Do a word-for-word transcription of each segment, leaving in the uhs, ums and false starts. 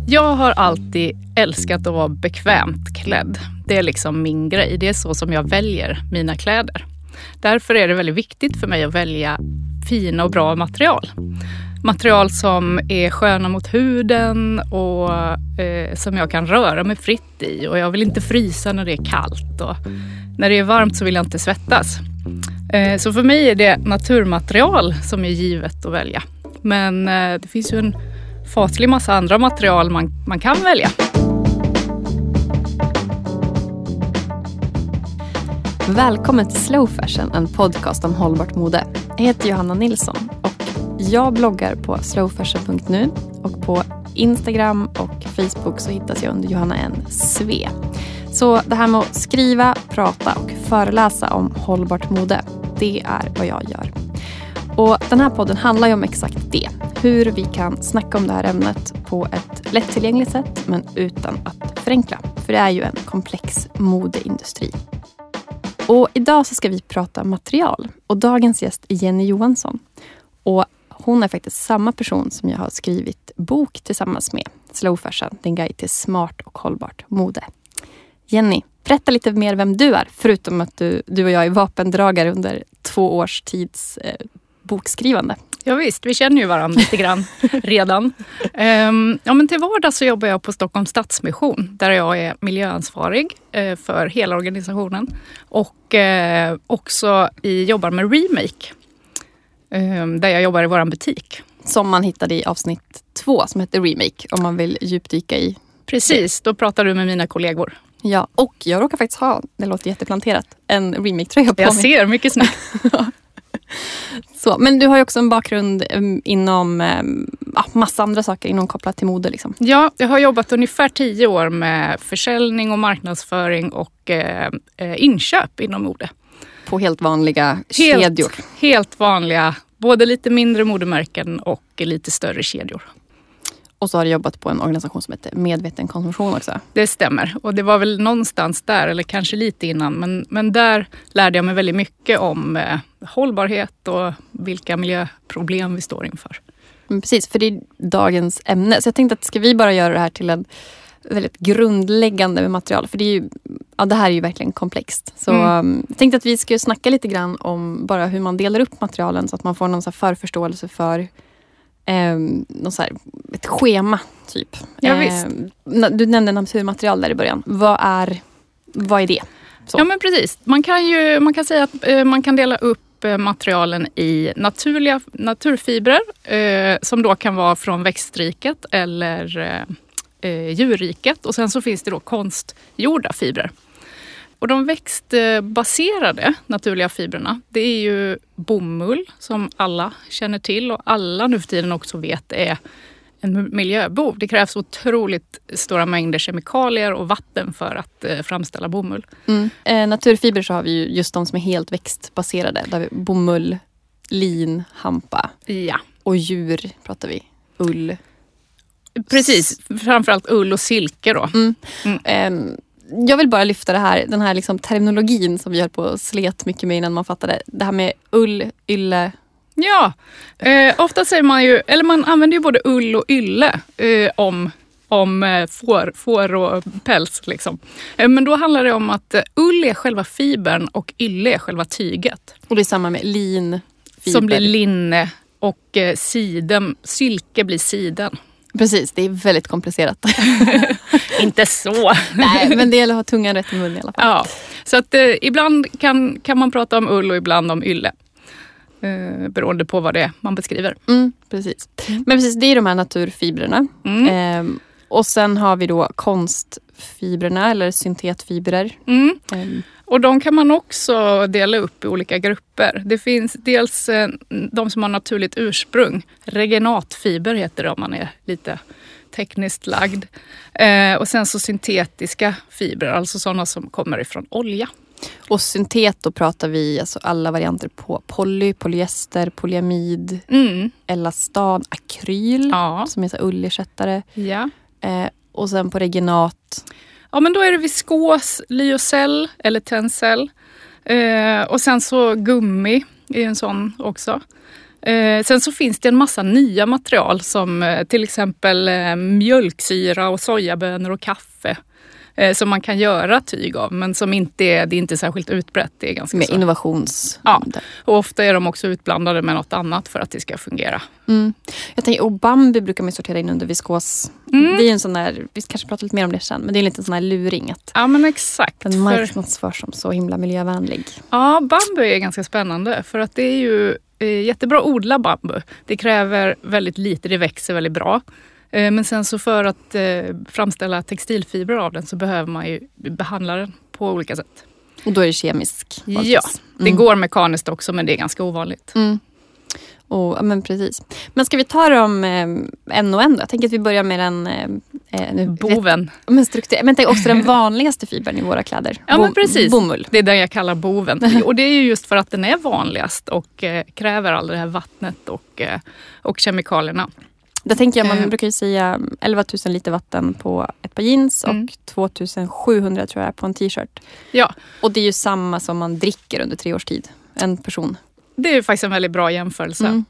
Jag har alltid älskat att vara bekvämt klädd. Det är liksom min grej. Det är så som jag väljer mina kläder. Därför är det väldigt viktigt för mig att välja fina och bra material. Material som är sköna mot huden och eh, som jag kan röra mig fritt i. Och jag vill inte frysa när det är kallt. Och när det är varmt så vill jag inte svettas. Eh, så för mig är det naturmaterial som är givet att välja. Men eh, det finns ju en faslig massa andra material man, man kan välja. Välkommen till Slow Fashion, en podcast om hållbart mode. Jag heter Johanna Nilsson och jag bloggar på slow fashion punkt nu och på Instagram och Facebook så hittas jag under Johanna N. Sve. Så det här med att skriva, prata och föreläsa om hållbart mode, det är vad jag gör. Och den här podden handlar ju om exakt det. Hur vi kan snacka om det här ämnet på ett lättillgängligt sätt men utan att förenkla. För det är ju en komplex modeindustri. Och idag så ska vi prata material. Och dagens gäst är Jenny Johansson. Och hon är faktiskt samma person som jag har skrivit bok tillsammans med. Slow Fashion, din guide till smart och hållbart mode. Jenny, berätta lite mer vem du är. Förutom att du, du och jag är vapendragare under två års tids eh, bokskrivande. Ja visst, vi känner ju varandra lite grann redan. Um, ja, men till vardags så jobbar jag på Stockholms Stadsmission där jag är miljöansvarig uh, för hela organisationen. Och uh, också i, jobbar med Remake um, där jag jobbar i vår butik. Som man hittade i avsnitt två som heter Remake om man vill djupdyka i. Precis, då pratar du med mina kollegor. Ja, och jag råkar faktiskt ha, det låter jätteplanterat, en Remake-tröja på jag mig. Jag ser, mycket snyggt. Så, men du har ju också en bakgrund um, inom um, massa andra saker inom kopplat till mode. Liksom. Ja, jag har jobbat ungefär tio år med försäljning och marknadsföring och eh, inköp inom mode. På helt vanliga helt, kedjor. Helt vanliga, både lite mindre modemärken och lite större kedjor. Och så har du jobbat på en organisation som heter Medveten konsumtion också. Det stämmer. Och det var väl någonstans där, eller kanske lite innan. Men, men där lärde jag mig väldigt mycket om eh, hållbarhet och vilka miljöproblem vi står inför. Men precis, för det är dagens ämne. Så jag tänkte att ska vi bara göra det här till en väldigt grundläggande med material. För det, är ju, ja, det här är ju verkligen komplext. Så mm. jag tänkte att vi ska snacka lite grann om bara hur man delar upp materialen. Så att man får någon så här förförståelse för Eh, någon så här, ett schema typ. Ja, visst. Eh, du nämnde naturmaterial där i början. Vad är, vad är det? Så. Ja men precis. Man kan ju man kan säga att eh, man kan dela upp eh, materialen i naturliga naturfibrer eh, som då kan vara från växtriket eller eh, djurriket. Och sen så finns det då konstgjorda fibrer. Och de växtbaserade naturliga fibrerna, det är ju bomull som alla känner till och alla nu för tiden också vet är en miljöbov. Det krävs otroligt stora mängder kemikalier och vatten för att eh, framställa bomull. Mm. Eh, naturfibrer så har vi ju just de som är helt växtbaserade. Där vi bomull, lin, hampa ja. Och djur pratar vi, ull. Precis, framförallt ull och silke då. Mm. Mm. Eh, Jag vill bara lyfta det här, den här liksom terminologin som vi höll på att slet mycket med innan man fattade. Det här med ull, ylle. Ja, eh, ofta säger man ju, eller man använder ju både ull och ylle eh, om, om eh, får, får och päls. Liksom. Eh, men då handlar det om att eh, ull är själva fibern och ylle är själva tyget. Och det är samma med lin, fiber. Som blir linne och eh, siden, silke blir siden. Precis, det är väldigt komplicerat. Inte så. Nej, men det gäller att ha tungan rätt i mun i alla fall. Ja, så att eh, ibland kan, kan man prata om ull och ibland om ylle. Eh, beroende på vad det är man beskriver. Mm, precis. Men precis, det är de här naturfibrerna. Mm. Eh, och sen har vi då konstfibrerna eller syntetfibrer. Mm. Eh. Och de kan man också dela upp i olika grupper. Det finns dels eh, de som har naturligt ursprung. Regenatfiber heter det om man är lite tekniskt lagd. Eh, och sen så syntetiska fibrer, alltså sådana som kommer ifrån olja. Och syntet, då pratar vi alltså alla varianter på poly, polyester, polyamid, mm. elastan, akryl ja. Som är så ullersättare. Ja. Eh, och sen på regenat. Ja, men då är det viskos, lyocell eller tencel. Eh, och sen så gummi är en sån också. Eh, sen så finns det en massa nya material som eh, till exempel eh, mjölksyra och sojabönor och kaffe. Som man kan göra tyg av, men som inte är, det är inte särskilt utbrett. Det är ganska med så. innovations... Ja, och ofta är de också utblandade med något annat för att det ska fungera. Mm. Jag tänker, och bambu brukar man sortera in under viskos. Mm. Det är en sån där, vi kanske pratar lite mer om det sen, men det är en liten sån här luring. Att ja, men exakt. Den marknadsförs som så himla miljövänlig. Ja, bambu är ganska spännande för att det är ju jättebra att odla bambu. Det kräver väldigt lite, det växer väldigt bra. Men sen så för att eh, framställa textilfibrer av den så behöver man ju behandla den på olika sätt. Och då är det kemisk? Valtis. Ja, det mm. går mekaniskt också, men det är ganska ovanligt. Mm. Och, ja, men precis. Men ska vi ta dem eh, en och en då? Jag tänker att vi börjar med den... Eh, nu, boven. Rätt, men struktur, men tänk också den vanligaste fibern i våra kläder. Ja, men precis. Bomull. Det är den jag kallar boven. Och det är ju just för att den är vanligast och eh, kräver all det här vattnet och, eh, och kemikalierna. Där tänker jag, man mm. brukar ju säga elva tusen liter vatten på ett par jeans och mm. två tusen sjuhundra tror jag på en t-shirt. Ja. Och det är ju samma som man dricker under tre års tid. En person. Det är ju faktiskt en väldigt bra jämförelse. Mm.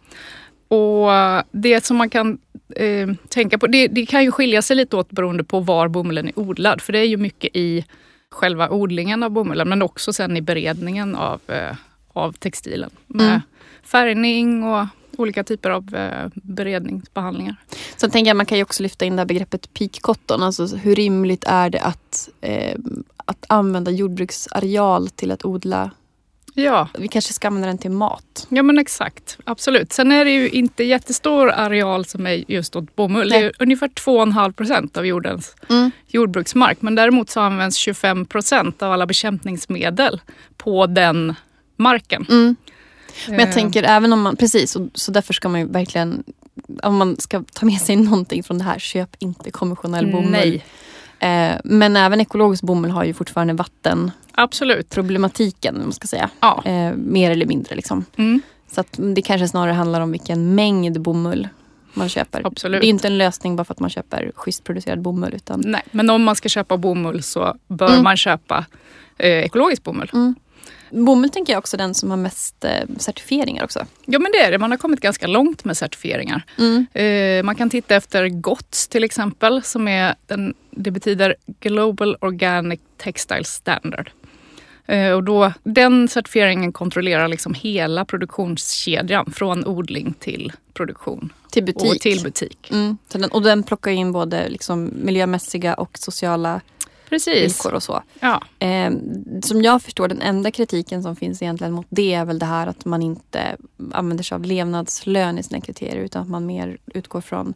Och det som man kan eh, tänka på, det, det kan ju skilja sig lite åt beroende på var bomullen är odlad. För det är ju mycket i själva odlingen av bomullen, men också sen i beredningen av, eh, av textilen. Med mm. färgning och olika typer av eh, beredningsbehandlingar. Så tänker jag, man kan ju också lyfta in det här begreppet peak cotton. Alltså hur rimligt är det att, eh, att använda jordbruksareal till att odla? Ja. Vi kanske ska använda den till mat. Ja, men exakt. Absolut. Sen är det ju inte jättestor areal som är just åt bomull. Nej. Det är ungefär två komma fem procent av jordens mm. jordbruksmark. Men däremot så används tjugofem procent av alla bekämpningsmedel på den marken. Mm. Men jag tänker även om man, precis, och, så därför ska man ju verkligen, om man ska ta med sig någonting från det här, köp inte konventionell bomull. Nej. Eh, men även ekologisk bomull har ju fortfarande vatten. Absolut. Problematiken, man ska säga. Ja. Eh, mer eller mindre liksom. Mm. Så att det kanske snarare handlar om vilken mängd bomull man köper. Absolut. Det är inte en lösning bara för att man köper schysst producerad bomull. Utan... Nej, men om man ska köpa bomull så bör mm. man köpa eh, ekologisk bomull. Mm. Bomull tänker jag också den som har mest eh, certifieringar också. Ja, men det är det. Man har kommit ganska långt med certifieringar. Mm. Eh, man kan titta efter G O T S till exempel, som är den, det betyder Global Organic Textile Standard. Eh, och då, den certifieringen kontrollerar liksom hela produktionskedjan från odling till produktion. Till butik. Och till butik. Mm. Så den, och den plockar in både liksom miljömässiga och sociala Precis. villkor och så. Ja. Eh, som jag förstår, den enda kritiken som finns egentligen mot det är väl det här att man inte använder sig av levnadslön i sina kriterier, utan att man mer utgår från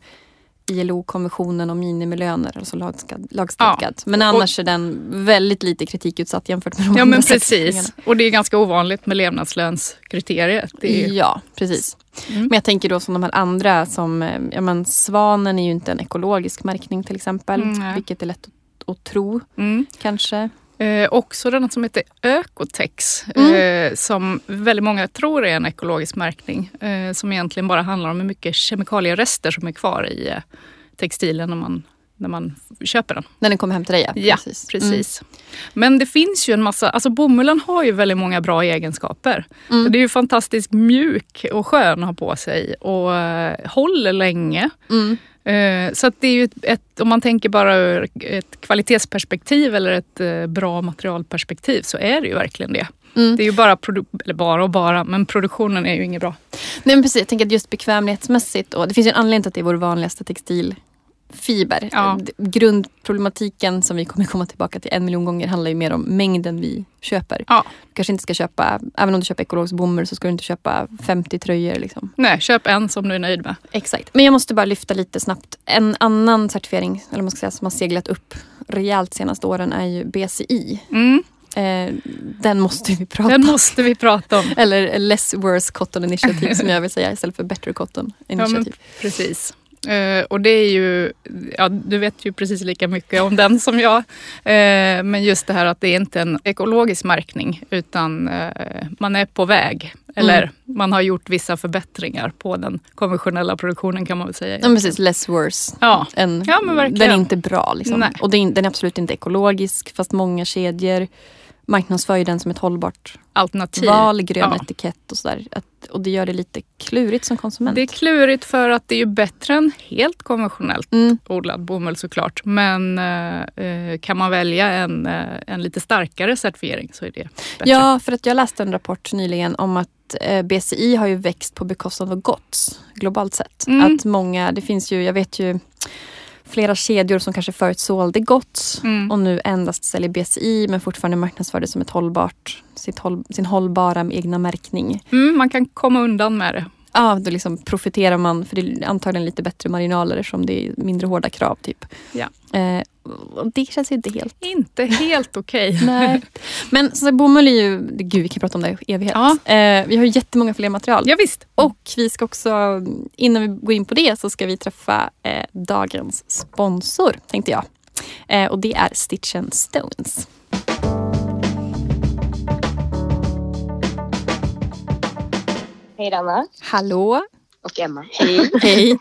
I L O-konventionen om minimilöner, alltså lagstadgad. Ja. Men annars och, är den väldigt lite kritikutsatt jämfört med de ja, andra men precis. Och det är ganska ovanligt med levnadslönskriteriet. Det är... Ja, precis. Mm. Men jag tänker då som de här andra som, ja men Svanen är ju inte en ekologisk märkning till exempel, mm, vilket är lätt att och tro, mm. kanske. Eh, också den som heter Ökotex, mm. eh, som väldigt många tror är en ekologisk märkning. Eh, som egentligen bara handlar om hur mycket kemikalierester som är kvar i eh, textilen när man, när man köper den. När den kommer hem till dig, ja. Ja, precis. precis. Mm. Men det finns ju en massa, alltså bomullen har ju väldigt många bra egenskaper. Mm. Det är ju fantastiskt mjuk och skön att ha på sig och eh, håller länge. Mm. Så att det är ju ett, ett, om man tänker bara ur ett kvalitetsperspektiv eller ett eh, bra materialperspektiv, så är det ju verkligen det. Mm. Det är ju bara, produ- eller bara och bara, men produktionen är ju inget bra. Nej, men precis, jag tänker att just bekvämlighetsmässigt, och det finns ju en anledning till att det är vår vanligaste textilfiber. Ja. Grundproblematiken som vi kommer komma tillbaka till en miljon gånger handlar ju mer om mängden vi köper. Ja. Du kanske inte ska köpa, även om du köper ekologisk bomull så ska du inte köpa femtio tröjor liksom. Nej, köp en som du är nöjd med. Exakt. Men jag måste bara lyfta lite snabbt. En annan certifiering, eller man ska säga, som har seglat upp rejält senaste åren är ju B C I. Mm. Eh, den måste vi prata Den måste vi prata om. Eller Less Worse Cotton Initiative som jag vill säga istället för Better Cotton Initiative. Ja, precis. Uh, och det är ju, ja, du vet ju precis lika mycket om den som jag. Uh, men just det här att det är inte en ekologisk märkning, utan uh, man är på väg. Eller mm. man har gjort vissa förbättringar på den konventionella produktionen, kan man väl säga. Ja, precis. Less worse. Ja. En, ja, men verkligen. Den är inte bra liksom. Nej. Och den är absolut inte ekologisk, fast många kedjor, marknadsför ju den som ett hållbart alternativ. val, grön Ja. etikett och sådär. Att, och det gör det lite klurigt som konsument. Det är klurigt för att det är ju bättre än helt konventionellt Mm. odlad bomull såklart. Men eh, kan man välja en, eh, en lite starkare certifiering så är det bättre. Ja, för att jag läste en rapport nyligen om att eh, B C I har ju växt på bekostnad av G O T S globalt sett. Mm. Att många, det finns ju, jag vet ju flera kedjor som kanske förut sålde G O T S Mm. och nu endast säljer B C I men fortfarande marknadsför det som ett hållbart, sitt håll, sin hållbara med egna märkning. Mm, man kan komma undan med det. Ja, då liksom profiterar man, för det är antagligen lite bättre marginaler som det är mindre hårda krav typ. Ja. Eh, och det känns inte helt... Inte helt okej. Nej. Men så bomull är ju, gud vi kan prata om det i evighet. Ja. Eh, vi har ju jättemånga fler material. Ja, visst. Och vi ska också, innan vi går in på det så ska vi träffa eh, dagens sponsor, tänkte jag. Eh, och det är Stitch and Stones. Hej Anna. Hallå. Och Emma. Hej. Hej.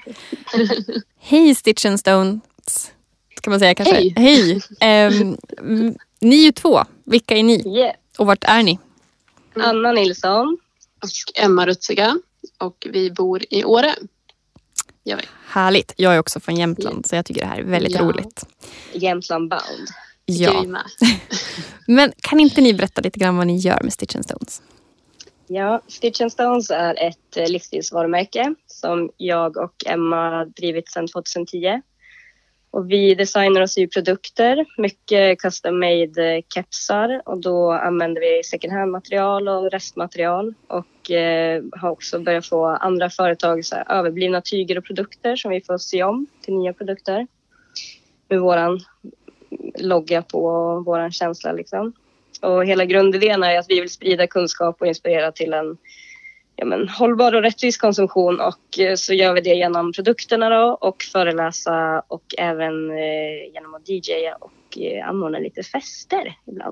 Hej Stitch and Stones. Ska man säga kanske. Hej. Hej. Ehm, ni är ju två. Vilka är ni? Yeah. Och vart är ni? Anna Nilsson. Och Emma Rutsiga. Och vi bor i Åre. Gör vi. Härligt. Jag är också från Jämtland så jag tycker det här är väldigt Ja. roligt. Jämtland bound. Ja. Vi med. Men kan inte ni berätta lite grann vad ni gör med Stitch and Stones? Ja, Stitch and Stones är ett eh, livsstilsvarumärke som jag och Emma drivit sedan tjugohundratio. Och vi designar och syr produkter, mycket custom made eh, kepsar och då använder vi second hand material och restmaterial och eh, har också börjat få andra företag så här, överblivna tyger och produkter som vi får sy om till nya produkter med våran logga på och våran känsla liksom. Och hela grundidén är att vi vill sprida kunskap och inspirera till en ja, men, hållbar och rättvis konsumtion och eh, så gör vi det genom produkterna då och föreläsa och även eh, genom att D J och eh, anordna lite fester ibland.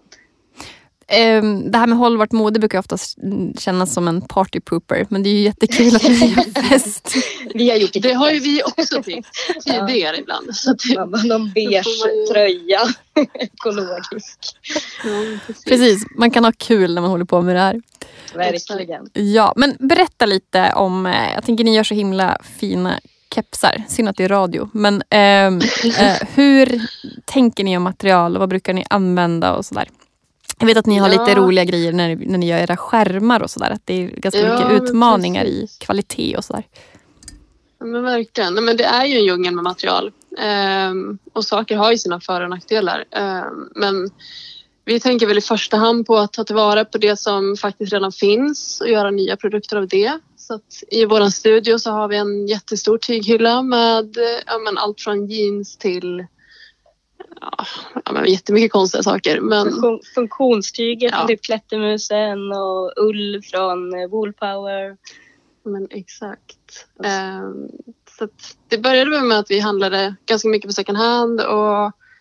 Um, det här med hållbart mode brukar oftast kännas som en party pooper, men det är ju jättekul att ni gör fest. Vi har gjort det. Det har ju vi också tyckt tidigare ja. ibland. Så att det, man bara, någon beige ju... tröja, ekologisk. Ja, precis. Precis, man kan ha kul när man håller på med det här. Verkligen. Ja, men berätta lite om, jag tänker ni gör så himla fina kepsar, synd att det är radio, men ähm, äh, hur tänker ni om material och vad brukar ni använda och sådär? Jag vet att ni har ja. lite roliga grejer när, när ni gör era skärmar och sådär, att det är ganska ja, mycket utmaningar i kvalitet och sådär. Ja, men verkligen. Nej, men det är ju en djungel med material ehm, och saker har ju sina för- och nackdelar. Ehm, men vi tänker väl i första hand på att ta tillvara på det som faktiskt redan finns och göra nya produkter av det. Så att i vår studio så har vi en jättestor tyghylla med ja, men allt från jeans till ja, ja, men jättemycket konstiga saker. Men... Fun- funktionstyget ja. från typ klättermusen och ull från uh, Woolpower. Men exakt. Um, så att det började med att vi handlade ganska mycket på second hand och,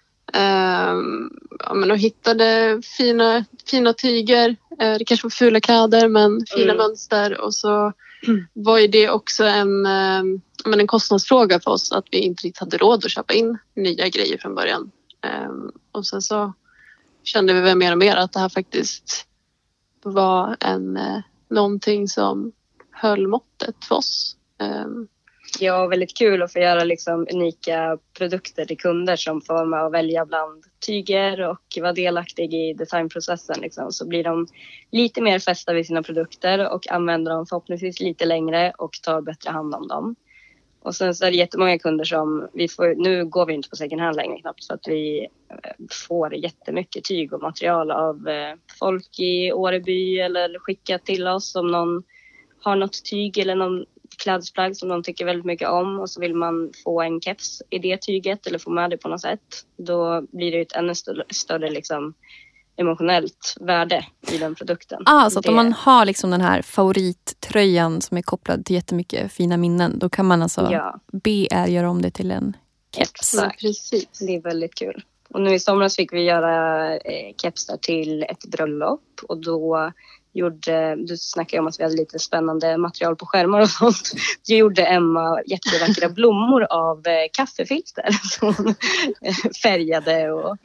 um, ja, men och hittade fina, fina tyger. Uh, det kanske var fula kläder men fina mm. mönster och så mm. var ju det också en, um, men en kostnadsfråga för oss att vi inte riktigt hade råd att köpa in nya grejer från början. Um, och sen så kände vi väl mer och mer att det här faktiskt var en, uh, någonting som höll måttet för oss. Um. Ja, väldigt kul att få göra liksom unika produkter till kunder som får med att välja bland tyger och vara delaktig i designprocessen. Liksom. Så blir de lite mer fästa vid sina produkter och använder dem förhoppningsvis lite längre och tar bättre hand om dem. Och sen så är det jättemånga kunder som, vi får, nu går vi inte på second hand längre knappt så att vi får jättemycket tyg och material av folk i Åreby eller skickat till oss om någon har något tyg eller någon klädesplagg som de tycker väldigt mycket om och så vill man få en keps i det tyget eller få med det på något sätt. Då blir det ett ännu större, större liksom, emotionellt värde i den produkten. Ah, så att det... om man har liksom den här favorittröjan som är kopplad till jättemycket fina minnen, då kan man alltså ja. be er göra om det till en keps. Exakt. Precis. Det är väldigt kul. Och nu i somras fick vi göra eh, kepsar till ett bröllop och då gjorde, du snackade om att vi hade lite spännande material på skärmar och sånt. Då gjorde Emma jättevackra blommor av eh, kaffefilter som hon färgade och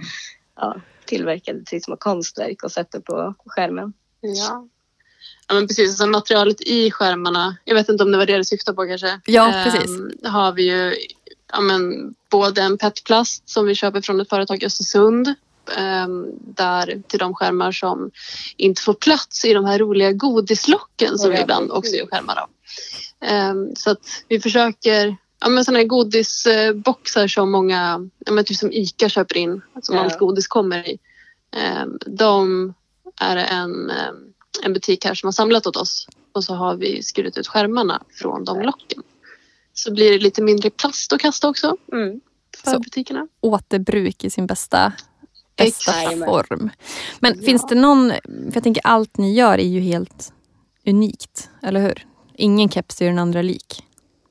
ja, tillverkade till små konstverk och sätter på skärmen. Ja. Ja, men precis. Så materialet i skärmarna, jag vet inte om det var det du syftade på kanske. Ja, precis. Um, har vi ju ja, men, både en petplast som vi köper från ett företag i Östersund. Um, där till de skärmar som inte får plats i de här roliga godislocken som ja, vi ibland också gör skärmar av. Um, så att vi försöker, ja men sådana här godisboxar som många, ja men typ som ICA köper in, som ja. allt godis kommer i. Um, de är en, um, en butik här som har samlat åt oss och så har vi skurit ut skärmarna från de locken. Så blir det lite mindre plast att kasta också mm. för så butikerna. Återbruk i sin bästa bästa form. Men ja. finns det någon, för jag tänker allt ni gör är ju helt unikt, eller hur? Ingen keps är den andra lik.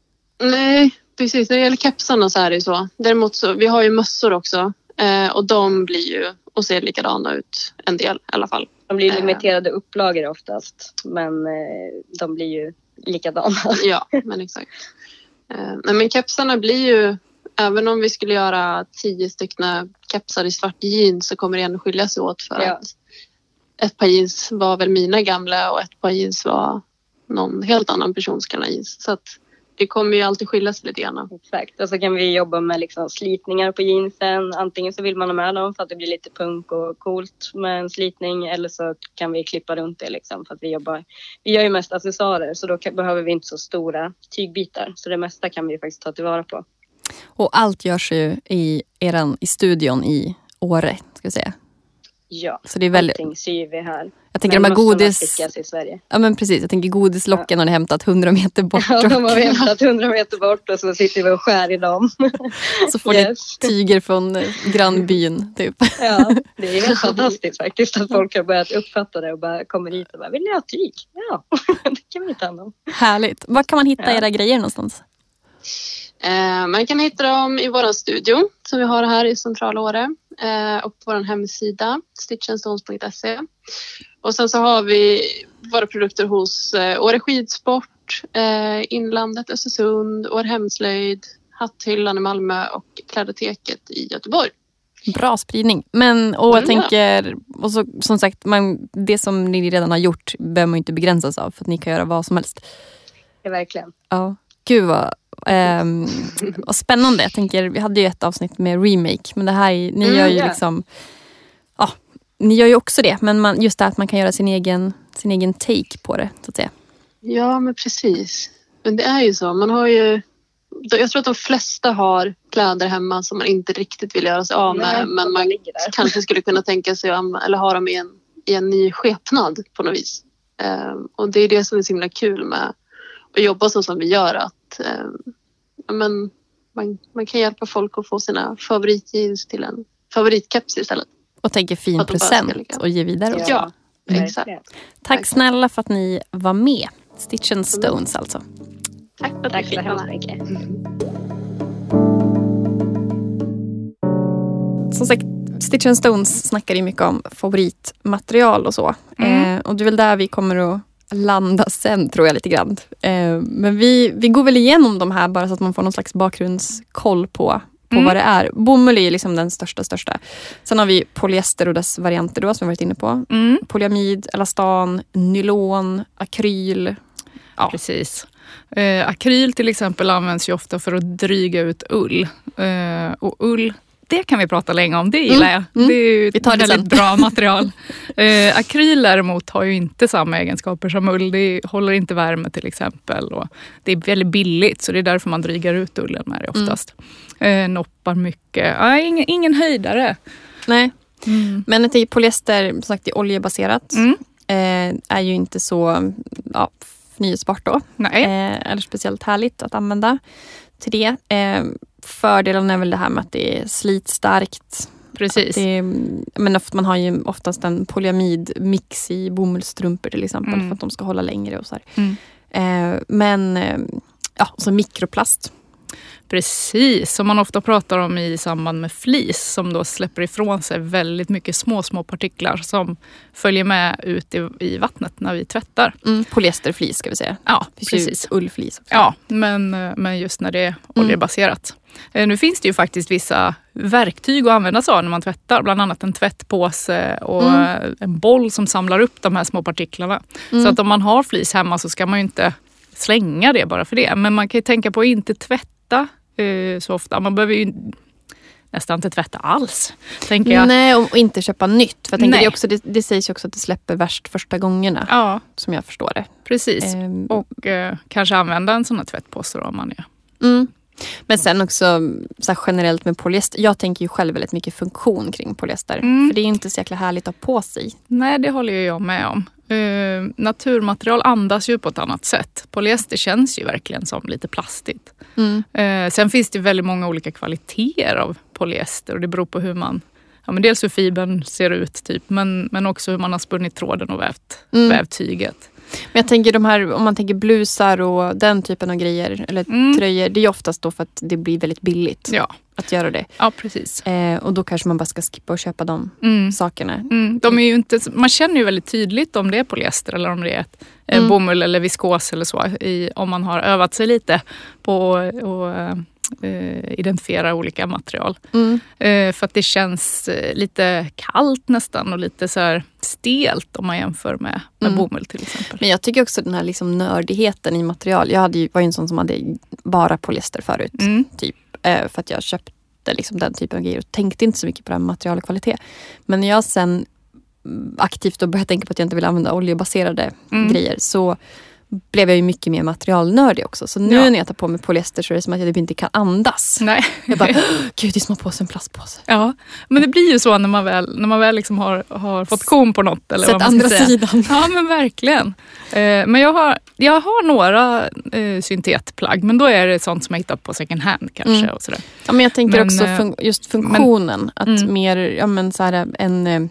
Nej, precis. När det gäller kepsarna så är det så. Däremot så, vi har ju mössor också eh, och de blir ju och ser likadana ut en del i alla fall. De blir limiterade upplagor oftast, men eh, de blir ju likadana. Ja, men exakt. Eh, nej, men kepsarna blir ju, även om vi skulle göra tio stycken kepsar i svart jeans så kommer det ändå skilja sig åt för ja. att ett par jeans var väl mina gamla och ett par jeans var någon helt annan persons gamla jeans. Så att det kommer ju alltid skilja sig lite grann. Exakt, och så kan vi jobba med liksom slitningar på jeansen. Antingen så vill man ha med dem för att det blir lite punk och coolt med en slitning. Eller så kan vi klippa runt det liksom för att vi jobbar. Vi gör ju mest accessoarer så då kan, behöver vi inte så stora tygbitar. Så det mesta kan vi faktiskt ta tillvara på. Och allt görs ju i, eran, i studion i Åre, ska jag säga. Ja, så det är väldigt... allting syr vi här. Jag tänker men de här godis... i Sverige. Ja, men precis. Jag tänker godislocken ja. har ni hämtat hundra meter bort. Ja, de har vi hämtat hundra meter bort och så sitter vi och skär i dem. Så får yes. ni tyger från grannbyn, typ. Ja, det är helt fantastiskt faktiskt att folk har börjat uppfatta det och bara kommer hit och bara, vill ni ha tyg? Ja, det kan vi ta hand om. Härligt. Var kan man hitta ja. era grejer någonstans? Eh, man kan hitta dem i vår studio som vi har här i centrala Åre eh, och på vår hemsida stitch and stones punkt se. Och sen så har vi våra produkter hos eh, Åre Skidsport, eh, Inlandet Östersund, Åre Hemslöjd, Hatthyllan i Malmö och Klädoteket i Göteborg. Bra spridning. Men och jag mm, tänker, och så, som sagt, man, det som ni redan har gjort behöver man inte begränsas av för att ni kan göra vad som helst. Ja, verkligen. Ja, gud vad Um, och spännande. Jag tänker, vi hade ju ett avsnitt med remake, men det här, ni mm, gör ju yeah. liksom ja, ni gör ju också det, men man, just det att man kan göra sin egen sin egen take på det, så att säga. Ja, men precis. Men det är ju så, man har ju jag tror att de flesta har kläder hemma som man inte riktigt vill göra sig av med, Nej, men man kanske skulle kunna tänka sig eller ha dem i en, i en ny skepnad på något vis. Um, och det är det som är så himla kul med att jobba så som vi gör, att um, men, man, man kan hjälpa folk att få sina favoritjeans till en favoritkeps istället. Och tänka fin present och ge vidare också. Ja, mm. exakt. Tack snälla för att ni var med. Stitch and Stones alltså. Tack för att Tack så hemskt mycket. Som sagt, Stitch and Stones snackar ju mycket om favoritmaterial och så. Mm. Eh, och det är väl där vi kommer att landa sen, tror jag, lite grann. Eh, men vi, vi går väl igenom de här bara så att man får någon slags bakgrundskoll på, på mm. vad det är. Bomull är liksom den största, största. Sen har vi polyester och dess varianter då, som vi varit inne på. Mm. Polyamid, elastan, nylon, akryl. Ja. Precis. Eh, akryl till exempel används ju ofta för att dryga ut ull. Eh, och ull, det kan vi prata länge om, det gillar jag. Mm. Det är ju ett väldigt sen. bra material. Eh, akryl däremot har ju inte samma egenskaper som ull. Det håller inte värme till exempel. Och det är väldigt billigt, så det är därför man drygar ut ullen med det oftast. Mm. Eh, noppar mycket. Ah, ingen, ingen höjdare. Nej, mm. men ett polyester, som sagt, är oljebaserat. Mm. Eh, är ju inte så ja, förnyelsebart då. Nej. Eh, eller speciellt härligt att använda till det. Eh, fördelen är väl det här med att det är slitstarkt. Precis. Det, men ofta, man har ju oftast en polyamidmix i bomullstrumpor till exempel, mm. för att de ska hålla längre och så här. Mm. Eh, men ja, så mikroplast. Precis, som man ofta pratar om i samband med flis, som då släpper ifrån sig väldigt mycket små, små partiklar som följer med ut i, i vattnet när vi tvättar. Mm, polyesterflis ska vi säga. Ja, precis. Ullflis också. Ja, men, men just när det är oljebaserat. Mm. Nu finns det ju faktiskt vissa verktyg att använda sig av när man tvättar. Bland annat en tvättpåse och mm. en boll som samlar upp de här små partiklarna. Mm. Så att om man har flis hemma så ska man ju inte slänga det bara för det. Men man kan ju tänka på att inte tvätta eh, så ofta. Man behöver ju nästan inte tvätta alls, tänker jag. Nej, och inte köpa nytt. För jag tänker det, också, det, det sägs ju också att det släpper värst första gångerna. Ja. Som jag förstår det. Precis. Um, och eh, kanske använda en sån här tvättpåse då, om man är. Mm. Men sen också så här generellt med polyester. Jag tänker ju själv väldigt mycket funktion kring polyester. Mm. För det är inte så jäkla härligt att ha på sig. Nej, det håller ju jag med om. Uh, naturmaterial andas ju på ett annat sätt. Polyester känns ju verkligen som lite plastigt. Mm. Uh, sen finns det väldigt många olika kvaliteter av polyester. Och det beror på hur man... Ja, men dels hur fibern ser ut typ. Men, men också hur man har spunnit tråden och vävt, mm. vävt tyget. Men jag tänker de här, om man tänker blusar och den typen av grejer eller mm. tröjor, det är oftast då för att det blir väldigt billigt ja. att göra det. Ja, precis. Eh, och då kanske man bara ska skippa och köpa de mm. sakerna. Mm. De är ju inte, man känner ju väldigt tydligt om det är polyester eller om det är ett, mm. bomull eller viskos eller så. I, om man har övat sig lite på att Uh, identifiera olika material. Mm. Uh, för att det känns uh, lite kallt nästan och lite så här stelt om man jämför med, med mm. bomull till exempel. Men jag tycker också den här liksom nördigheten i material. Jag hade ju, var ju en sån som hade bara polyester förut. Mm. Typ, uh, för att jag köpte liksom den typen av grejer och tänkte inte så mycket på det här material och kvalitet. Men när jag sen aktivt då började tänka på att jag inte vill använda oljebaserade mm. grejer så blev jag ju mycket mer materialnördig också. Så nu ja. när jag tar på mig polyester så är det som att jag typ inte kan andas. Nej. Jag bara, gud, det är små påse, en plastpåse. Ja, men det blir ju så när man väl, när man väl liksom har, har fått kon på något. Eller Sätt vad man andra ska säga. sidan. Ja, men verkligen. Eh, men jag har, jag har några eh, syntetplagg, men då är det sånt som jag hittat på second hand kanske. Mm. Och sådär. Ja, men jag tänker men, också fun- just funktionen. Men, att mm. mer, ja men så här, en... Eh,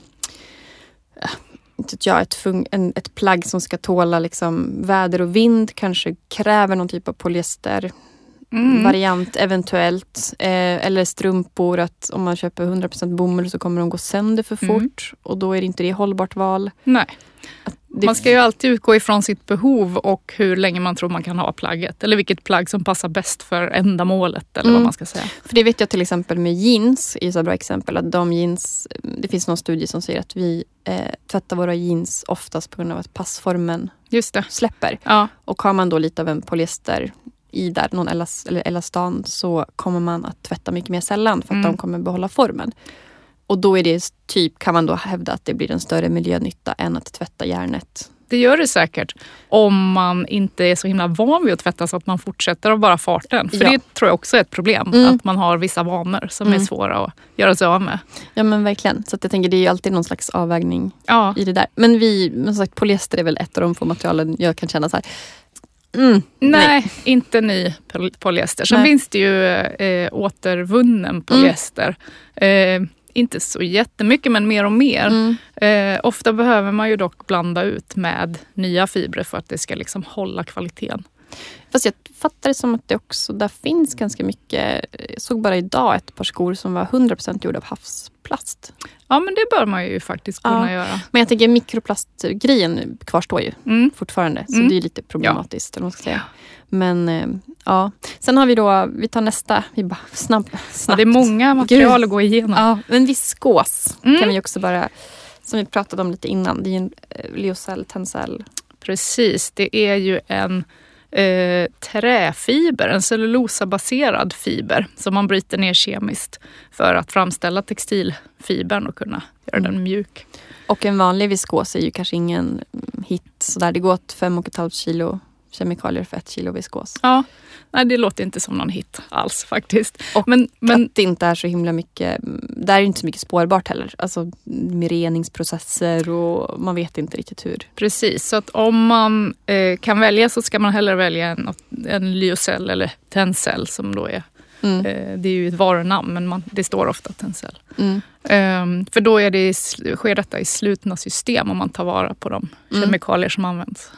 Ja, ett, fun- en, ett plagg som ska tåla liksom väder och vind kanske kräver någon typ av polyester mm. variant eventuellt. Eh, eller strumpor, att om man köper hundra procent bomull så kommer de gå sönder för fort. Mm. Och då är det inte det hållbart val. Nej. Det... Man ska ju alltid utgå ifrån sitt behov och hur länge man tror man kan ha plagget. Eller vilket plagg som passar bäst för ändamålet eller mm. vad man ska säga. För det vet jag till exempel med jeans, är så bra exempel. Att de jeans, det finns någon studie som säger att vi eh, tvättar våra jeans oftast på grund av att passformen Just det. släpper. Ja. Och har man då lite av en polyester i där, någon elas, eller elastan, så kommer man att tvätta mycket mer sällan för att mm. de kommer behålla formen. Och då är det typ, kan man då hävda att det blir en större miljönytta än att tvätta järnet. Det gör det säkert om man inte är så himla van vid att tvätta så att man fortsätter av bara farten. För ja. det tror jag också är ett problem. Mm. Att man har vissa vanor som mm. är svåra att göra sig av med. Ja men verkligen. Så att jag tänker det är ju alltid någon slags avvägning ja. i det där. Men vi, som sagt, polyester är väl ett av de få materialen jag kan känna så här. Mm, nej, nej, inte ny polyester. Sen nej. finns det ju eh, återvunnen polyester. Mm. Eh, Inte så jättemycket, men mer och mer. Mm. Eh, ofta behöver man ju dock blanda ut med nya fibrer för att det ska liksom hålla kvaliteten. Fast jag fattar det som att det också där finns ganska mycket. Jag såg bara idag ett par skor som var hundra procent gjorda av havsplast. Ja, men det bör man ju faktiskt kunna ja. göra. Men jag tänker mikroplastgrejen kvarstår ju mm. fortfarande. Så mm. det är lite problematiskt. Ja. Eller man ska säga. Men eh, ja. Sen har vi då, vi tar nästa. Vi bara snabb, snabbt. Ja, det är många material att gå igenom. Ja, men viskos mm. kan vi också bara, som vi pratade om lite innan. Det är en eh, Lyocell, Tencel. Precis, det är ju en eh, träfiber, en cellulosabaserad fiber som man bryter ner kemiskt för att framställa textilfibern och kunna göra mm. den mjuk. Och en vanlig viskos är ju kanske ingen hit så där. Det går åt fem och ett halvt kilo kemikalier för ett kilo viskos. Ja, nej, det låter inte som någon hit alls faktiskt. Och men, men att det inte är så himla mycket, där är inte så mycket spårbart heller. Alltså med reningsprocesser och man vet inte riktigt hur. Precis, så att om man eh, kan välja så ska man hellre välja en, en Lyocell eller Tencel som då är, mm. eh, det är ju ett varunamn men man, det står ofta Tencel. Mm. Um, för då är det, sker detta i slutna system om man tar vara på de mm. kemikalier som används.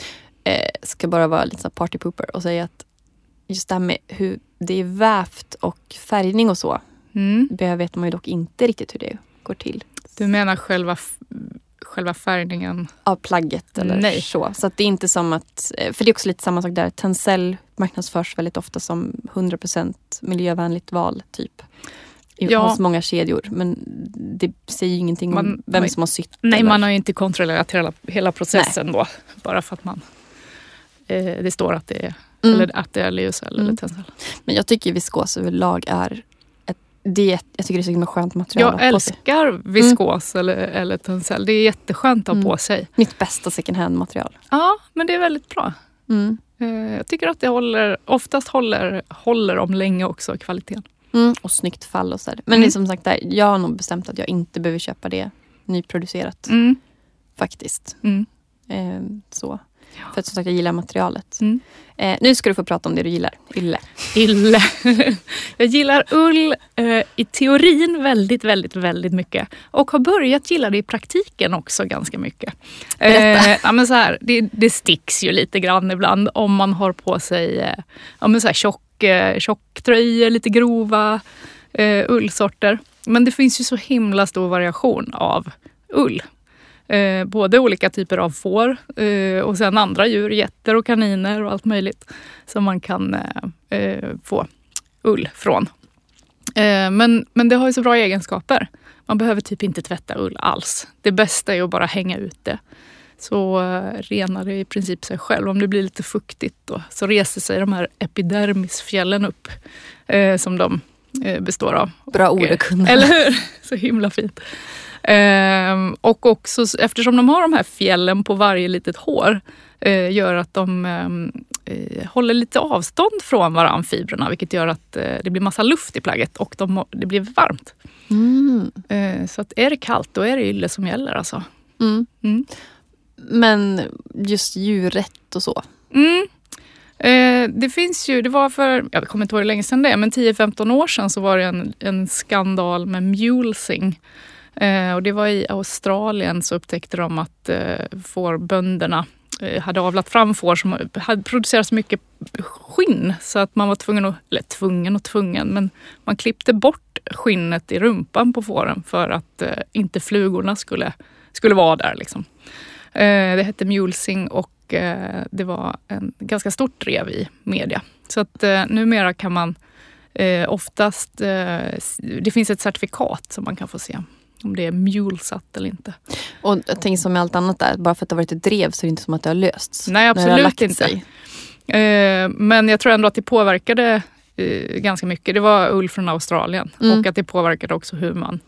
Eh, ska bara vara lite så partypooper och säga att just det här med hur det är vävt och färgning och så mm. det vet man ju dock inte riktigt hur det går till. Du menar själva, själva färgningen? Av plagget eller Nej. så. Så att det är inte som att, för det är också lite samma sak där. Tencel marknadsförs väldigt ofta som hundra procent miljövänligt val typ. i, Ja. hos många kedjor. Men det säger ju ingenting Man- om vem man- som har sytt. Nej, eller- man har ju inte kontrollerat hela, hela processen då. Bara för att man eh, det står att det är, Mm. eller att det är lyocell Mm. eller tencel. Men jag tycker viskos överlag är ett, det är, jag tycker det är så himla skönt material. att Jag ha på sig. älskar viskos eller, eller tencel. Det är jätteskönt att ha Mm. på sig. Mitt bästa second hand-material. Ja, men det är väldigt bra. Mm. Eh, jag tycker att det håller, oftast håller, håller om länge också, kvaliteten. Mm. Och snyggt fall och så där. Men Mm. det är som sagt där, jag har nog bestämt att jag inte behöver köpa det nyproducerat. Mm. Faktiskt. Mm. Eh, så. För att som sagt jag gillar materialet. Mm. Eh, nu ska du få prata om det du gillar. Ille. Ille. Jag gillar ull eh, i teorin väldigt, väldigt, väldigt mycket. Och har börjat gilla det i praktiken också ganska mycket. Berätta. Eh, ja, men så här, det, det sticks ju lite grann ibland om man har på sig eh, ja, men så här tjock, eh, tjocktröjor, lite grova eh, ullsorter. Men det finns ju så himla stor variation av ull. Eh, både olika typer av får eh, och sen andra djur, getter och kaniner och allt möjligt som man kan eh, eh, få ull från. Eh, men, men det har ju så bra egenskaper. Man behöver typ inte tvätta ull alls. Det bästa är att bara hänga ut det. Så eh, renar det i princip sig själv. Om det blir lite fuktigt då, så reser sig de här epidermisfjällen upp eh, som de eh, består av. Bra Och, ord att kunna. Eller hur? Så himla fint. Ehm, och också eftersom de har de här fjällen på varje litet hår eh, gör att de eh, håller lite avstånd från varann, fibrerna, vilket gör att eh, det blir massa luft i plagget och de, det blir varmt. Mm. Eh, så att är det kallt, då är det ylle som gäller alltså. Mm. Mm. Men just djurrätt och så. Mm. Eh, det finns ju, det var för, jag kommer inte ihåg hur länge sedan det är, men tio femton år sedan så var det en, en skandal med mulesing. Eh, och det var i Australien, så upptäckte de att eh, fårbönderna eh, hade avlat fram får som hade producerat så mycket skinn så att man var tvungen att, eller tvungen och tvungen, men man klippte bort skinnet i rumpan på fåren för att eh, inte flugorna skulle, skulle vara där liksom. Eh, det hette mulesing och eh, det var en ganska stort drev i media. Så att eh, numera kan man eh, oftast, eh, det finns ett certifikat som man kan få se om det är mulesat eller inte. Och jag tänker som med allt annat där, bara för att det har varit ett drev så är det inte som att det har lösts. Nej, När det har absolut lagt inte. sig. Eh, men jag tror ändå att det påverkade eh, ganska mycket. Det var ull från Australien Mm. och att det påverkade också hur man,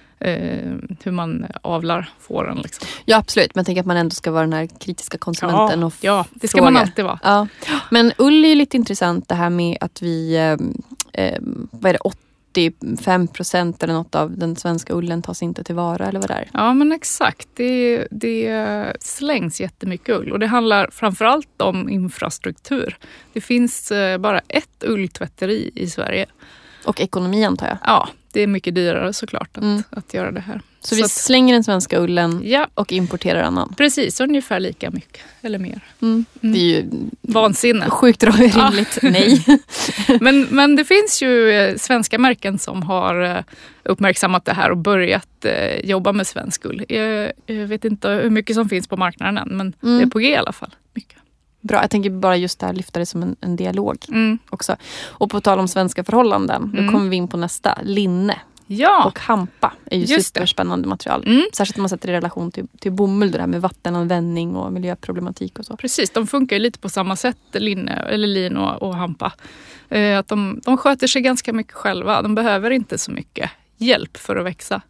eh, hur man avlar fåren. Liksom. Ja, absolut. Men jag tänker att man ändå ska vara den här kritiska konsumenten. Ja, och f- ja, det ska frågar. man alltid vara. Ja. Men ull är ju lite intressant det här med att vi, eh, eh, vad är det, åttiofem procent eller något av den svenska ullen tas inte tillvara eller vad det är. Ja, men exakt. Det, det slängs jättemycket ull och det handlar framförallt om infrastruktur. Det finns eh, bara ett ulltvätteri i Sverige. Och ekonomi antar jag. Ja, det är mycket dyrare såklart att, Mm. att göra det här. Så, vi att, slänger den svenska ullen ja, och importerar annan. precis. Ungefär lika mycket eller mer. Mm. Mm. Det är ju Vansinne. sjukt rimligt. Nej. Men, men det finns ju eh, svenska märken som har eh, uppmärksammat det här och börjat eh, jobba med svensk ull. Jag, jag vet inte hur mycket som finns på marknaden än, men Mm. det är på G i alla fall. Mycket. Bra, jag tänker bara just det här lyfta det som en, en dialog Mm. också. Och på tal om svenska förhållanden, Mm. då kommer vi in på nästa. Linne Ja, och hampa är ju Just det. superspännande material. Mm. Särskilt om man sätter i relation till, till bomull, det här med vattenanvändning och miljöproblematik och så. precis. De funkar ju lite på samma sätt, linne, eller lin och, och hampa. Eh, att de, de sköter sig ganska mycket själva. De behöver inte så mycket hjälp för att växa.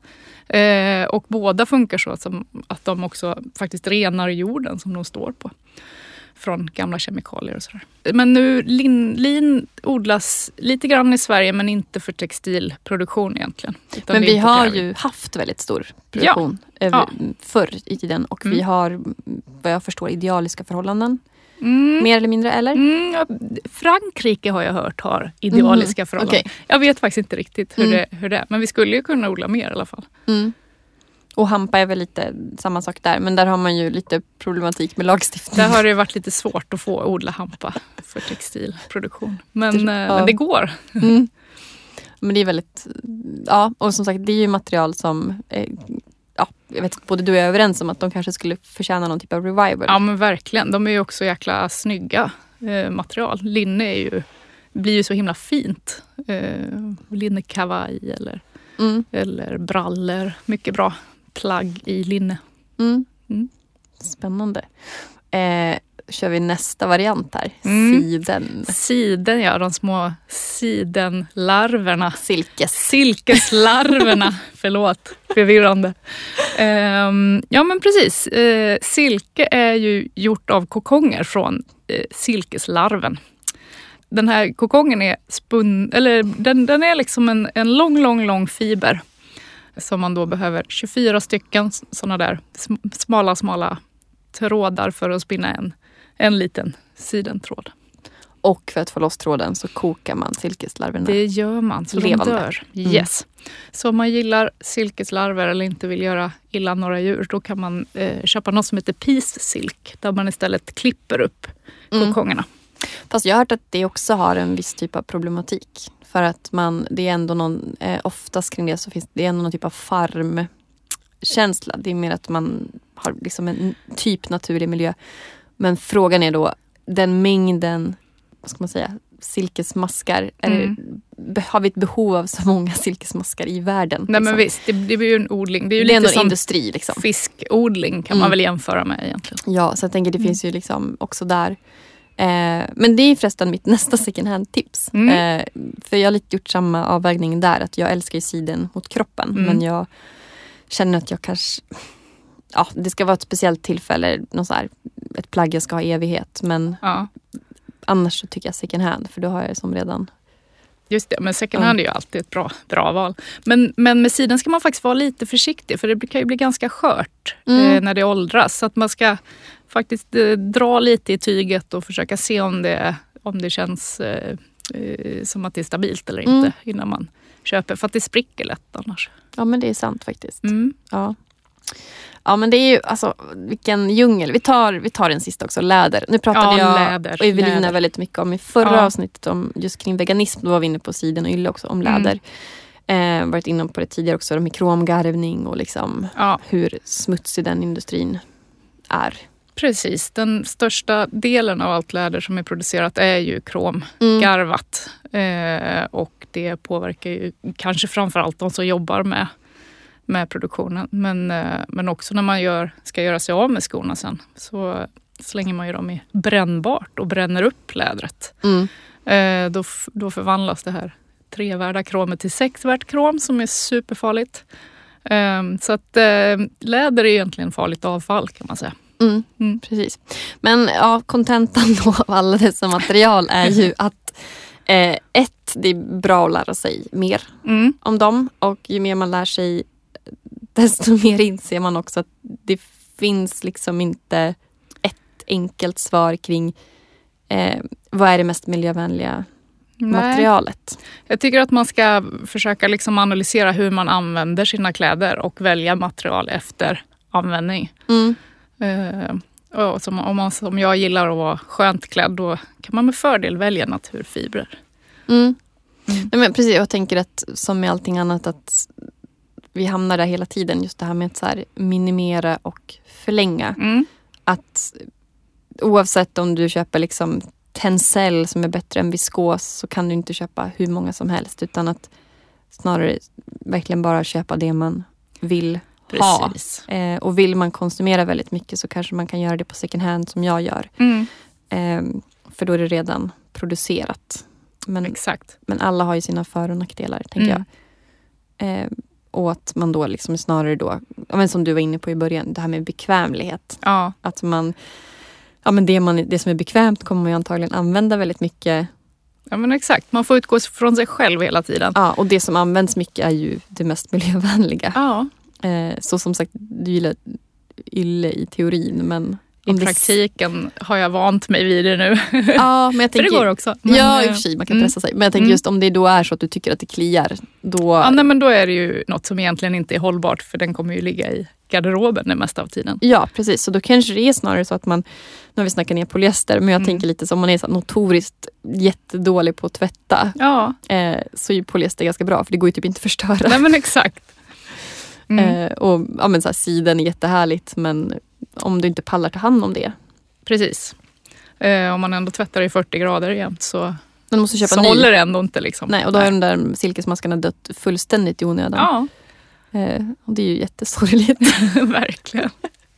Eh, och båda funkar så att, som, att de också faktiskt renar jorden som de står på. Från gamla kemikalier och sådär. Men nu, lin, lin odlas lite grann i Sverige men inte för textilproduktion egentligen. Utan Men det vi har importerar vi. ju haft väldigt stor produktion över, Ja. förr i tiden. Och vi Mm. har, vad jag förstår, idealiska förhållanden. Mm. Mer eller mindre, eller? Mm, ja, Frankrike har jag hört har idealiska Mm, förhållanden. okej. Jag vet faktiskt inte riktigt hur, Mm. det, hur det är. Men vi skulle ju kunna odla mer i alla fall. Mm. Och hampa är väl lite samma sak där. Men där har man ju lite problematik med lagstiftning. Där har det varit lite svårt att få odla hampa för textilproduktion. Men, Det- eh, ja. men det går. Mm. Men det är väldigt, ja, och som sagt det är ju material som, eh, ja, jag vet både du och jag är överens om att de kanske skulle förtjäna någon typ av revival. Ja men verkligen. De är ju också jäkla snygga eh, material. Linne är ju, blir ju så himla fint. Eh, linne kavaj eller Mm. eller brallor. Mycket bra plagg i linne. Mm. Mm. Spännande. Eh, kör vi nästa variant här. Mm. Siden. Siden, ja. De små sidenlarverna. Silkes. Silkeslarverna. Förlåt, förvirrande. Um, ja, men precis. Uh, silke är ju gjort av kokonger från uh, silkeslarven. Den här kokongen är spun, eller den, den är liksom en, en lång, lång, lång fiber. Som man då behöver tjugofyra stycken sådana där smala, smala trådar för att spinna en, en liten sidentråd. Och för att få loss tråden så kokar man silkeslarverna. Det gör man, så levande. de dör. Mm. Yes. Så om man gillar silkeslarver eller inte vill göra illa några djur, då kan man eh, köpa något som heter peace silk, där man istället klipper upp Mm. kokongerna. Fast jag har hört att det också har en viss typ av problematik. För att man, det är ändå någon, eh, oftast kring det så finns det ändå någon typ av farmkänsla. Det är mer att man har liksom en typ naturlig miljö. Men frågan är då, den mängden, vad ska man säga, silkesmaskar. Är Mm. det, har vi ett behov av så många silkesmaskar i världen? Nej, liksom? men visst, det, det blir ju en odling. Det är ju Det är lite ändå en som industri liksom. fiskodling kan Mm. man väl jämföra med egentligen. Ja, så jag tänker det Mm. finns ju liksom också där. Eh, men det är förresten mitt nästa second hand-tips. Mm. Eh, för jag har lite gjort samma avvägning där. Att jag älskar ju siden mot kroppen. Mm. Men jag känner att jag kanske... Ja, det ska vara ett speciellt tillfälle. Någon så här, ett plagg jag ska ha i evighet. Men Ja, annars så tycker jag second hand. För då har jag som redan... just det. Men second Mm. hand är ju alltid ett bra, bra val. Men, men med siden ska man faktiskt vara lite försiktig. För det kan ju bli ganska skört Mm. eh, när det åldras. Så att man ska faktiskt eh, dra lite i tyget och försöka se om det, om det känns eh, eh, som att det är stabilt eller inte Mm. innan man köper. För att det spricker lätt annars. Ja, men det är sant faktiskt. Mm. Ja. Ja, men det är ju, alltså, vilken djungel. Vi tar, vi tar den sista också, läder. Nu pratade Ja, jag läder, och Evelina läder. väldigt mycket om i förra Ja. avsnittet om just kring veganism. Då var vi inne på siden och ylle också, om läder. Eh, varit inne på det tidigare också, med kromgarvning och liksom Ja, hur smutsig den industrin är. precis. Den största delen av allt läder som är producerat är ju kromgarvat. Eh, och det påverkar ju kanske framförallt de som jobbar med, med produktionen. Men, eh, men också när man gör, ska göra sig av med skorna sen. Så slänger man ju dem i brännbart och bränner upp lädret. Mm. Eh, då, f- då förvandlas det här trevärda kromet till sexvärt krom som är superfarligt. Eh, så att eh, läder är egentligen farligt avfall kan man säga. Mm, Mm. precis. Men ja, kontentan då av alla dessa material är ju att eh, ett, det är bra att lära sig mer Mm. om dem. Och ju mer man lär sig, desto mer inser man också att det finns liksom inte ett enkelt svar kring eh, vad är det mest miljövänliga Nej. materialet. Jag tycker att man ska försöka liksom analysera hur man använder sina kläder och välja material efter användning. Mm. Eh, och som, om man som jag gillar att vara skönt klädd, då kan man med fördel välja naturfibrer. Mm. Mm. Nej, men precis, jag tänker att som med allting annat att vi hamnar där hela tiden. Just det här med att så här minimera och förlänga. Mm. Att oavsett om du köper liksom tencel som är bättre än viskos så kan du inte köpa hur många som helst. Utan att snarare verkligen bara köpa det man vill ha. Precis. Eh, och vill man konsumera väldigt mycket så kanske man kan göra det på second hand som jag gör. Mm. Eh, för då är det redan producerat. Men, Exakt. men alla har ju sina för- och nackdelar, tänker Mm. jag. Eh, och att man då liksom snarare då, ja, men som du var inne på i början, det här med bekvämlighet. Ja, Att man, ja men det, man, det som är bekvämt kommer man ju antagligen använda väldigt mycket. ja, men exakt. Man får utgå från sig själv hela tiden. Ja, och det som används mycket är ju det mest miljövänliga. Ja, Eh, så som sagt, du gillar ylle i teorin, men i praktiken har jag vant mig vid det nu. Ja, men jag För det tänker, går också. Men, ja, i och eh, för sig, man kan mm. pressa sig. Men jag tänker Mm. just om det då är så att du tycker att det kliar, då... Ja, nej, men då är det ju något som egentligen inte är hållbart, för den kommer ju ligga i garderoben det mesta av tiden. Ja, precis. Så då kanske det är snarare så att man, nu har vi snackat ner polyester, men jag Mm. tänker lite som man är så notoriskt jättedålig på att tvätta, Ja, eh, så är ju polyester ganska bra, för det går ju typ inte att förstöra. nej men exakt. Mm. Eh, och ja, men så här, siden är jättehärligt, men om du inte pallar ta hand om det. Precis. Eh, om man ändå tvättar i fyrtio grader jämt så Man måste köpa så ny. håller det ändå inte liksom. Nej, och då har de där silkesmaskarna dött fullständigt i onödan. Ja. Eh, och det är ju jättesorgligt. Verkligen.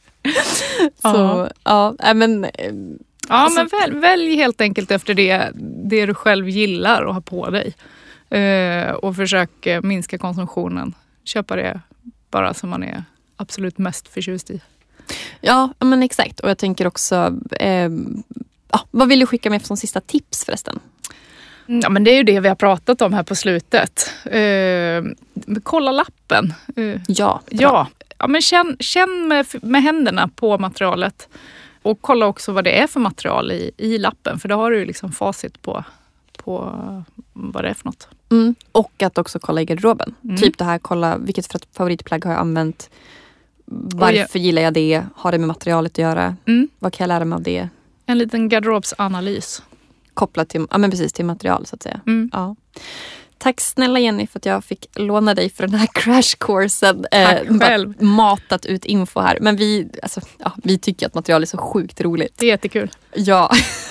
Så, ja, ja men... Eh, ja, alltså, men välj, välj helt enkelt efter det, det du själv gillar att ha på dig. Eh, och försök minska konsumtionen. Köpa det bara som man är absolut mest förtjust i. Ja, men exakt. Och jag tänker också... Eh, ja, vad vill du skicka med för som sista tips förresten? Ja, men det är ju det vi har pratat om här på slutet. Eh, kolla lappen. Eh, ja, ja. ja, men känn, känn med, med händerna på materialet. Och kolla också vad det är för material i, i lappen. För då har du ju liksom facit på, på vad det är för något. Mm. Och att också kolla i garderoben. Mm. Typ det här, kolla vilket favoritplagg har jag använt. Varför ja. gillar jag det? Har det med materialet att göra? Mm. Vad kan jag lära mig av det? En liten garderobsanalys. Kopplat till, ja, men precis, till material så att säga. Mm. Ja. Tack snälla Jenny för att jag fick låna dig för den här crashkursen. Tack eh, själv. Matat ut info här. Men vi, alltså, ja, vi tycker att material är så sjukt roligt. Det är jättekul. Ja.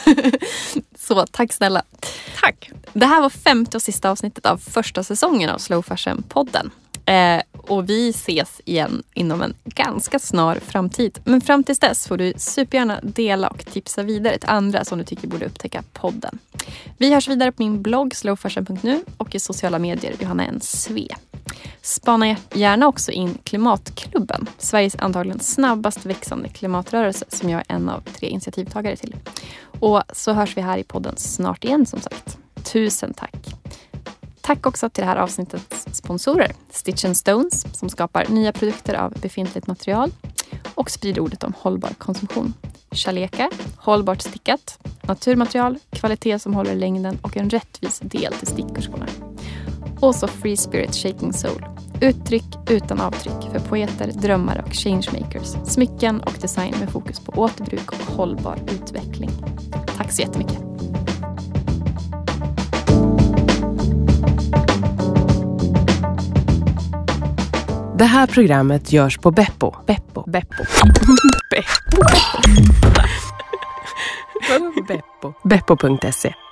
Så tack snälla. Tack. Det här var femte och sista avsnittet av första säsongen av Slow Fashion-podden. Eh, och vi ses igen inom en ganska snar framtid. Men fram tills dess får du supergärna dela och tipsa vidare till andra som du tycker borde upptäcka podden. Vi hörs vidare på min blogg slow fashion punkt nu och i sociala medier Johanna N. Sve. Spana gärna också in Klimatklubben, Sveriges antagligen snabbast växande klimatrörelse som jag är en av tre initiativtagare till. Och så hörs vi här i podden snart igen som sagt. Tusen tack! Tack också till det här avsnittets sponsorer Stitch and Stones som skapar nya produkter av befintligt material och sprider ordet om hållbar konsumtion. Chaleka, hållbart stickat, naturmaterial, kvalitet som håller längden och en rättvis del till stickerskorna. Och så Free Spirit Shaking Soul. Uttryck utan avtryck för poeter, drömmare och changemakers. Smycken och design med fokus på återbruk och hållbar utveckling. Tack så jättemycket. Det här programmet görs på Beppo. Beppo. Beppo. Beppo. Beppo. Beppo punkt se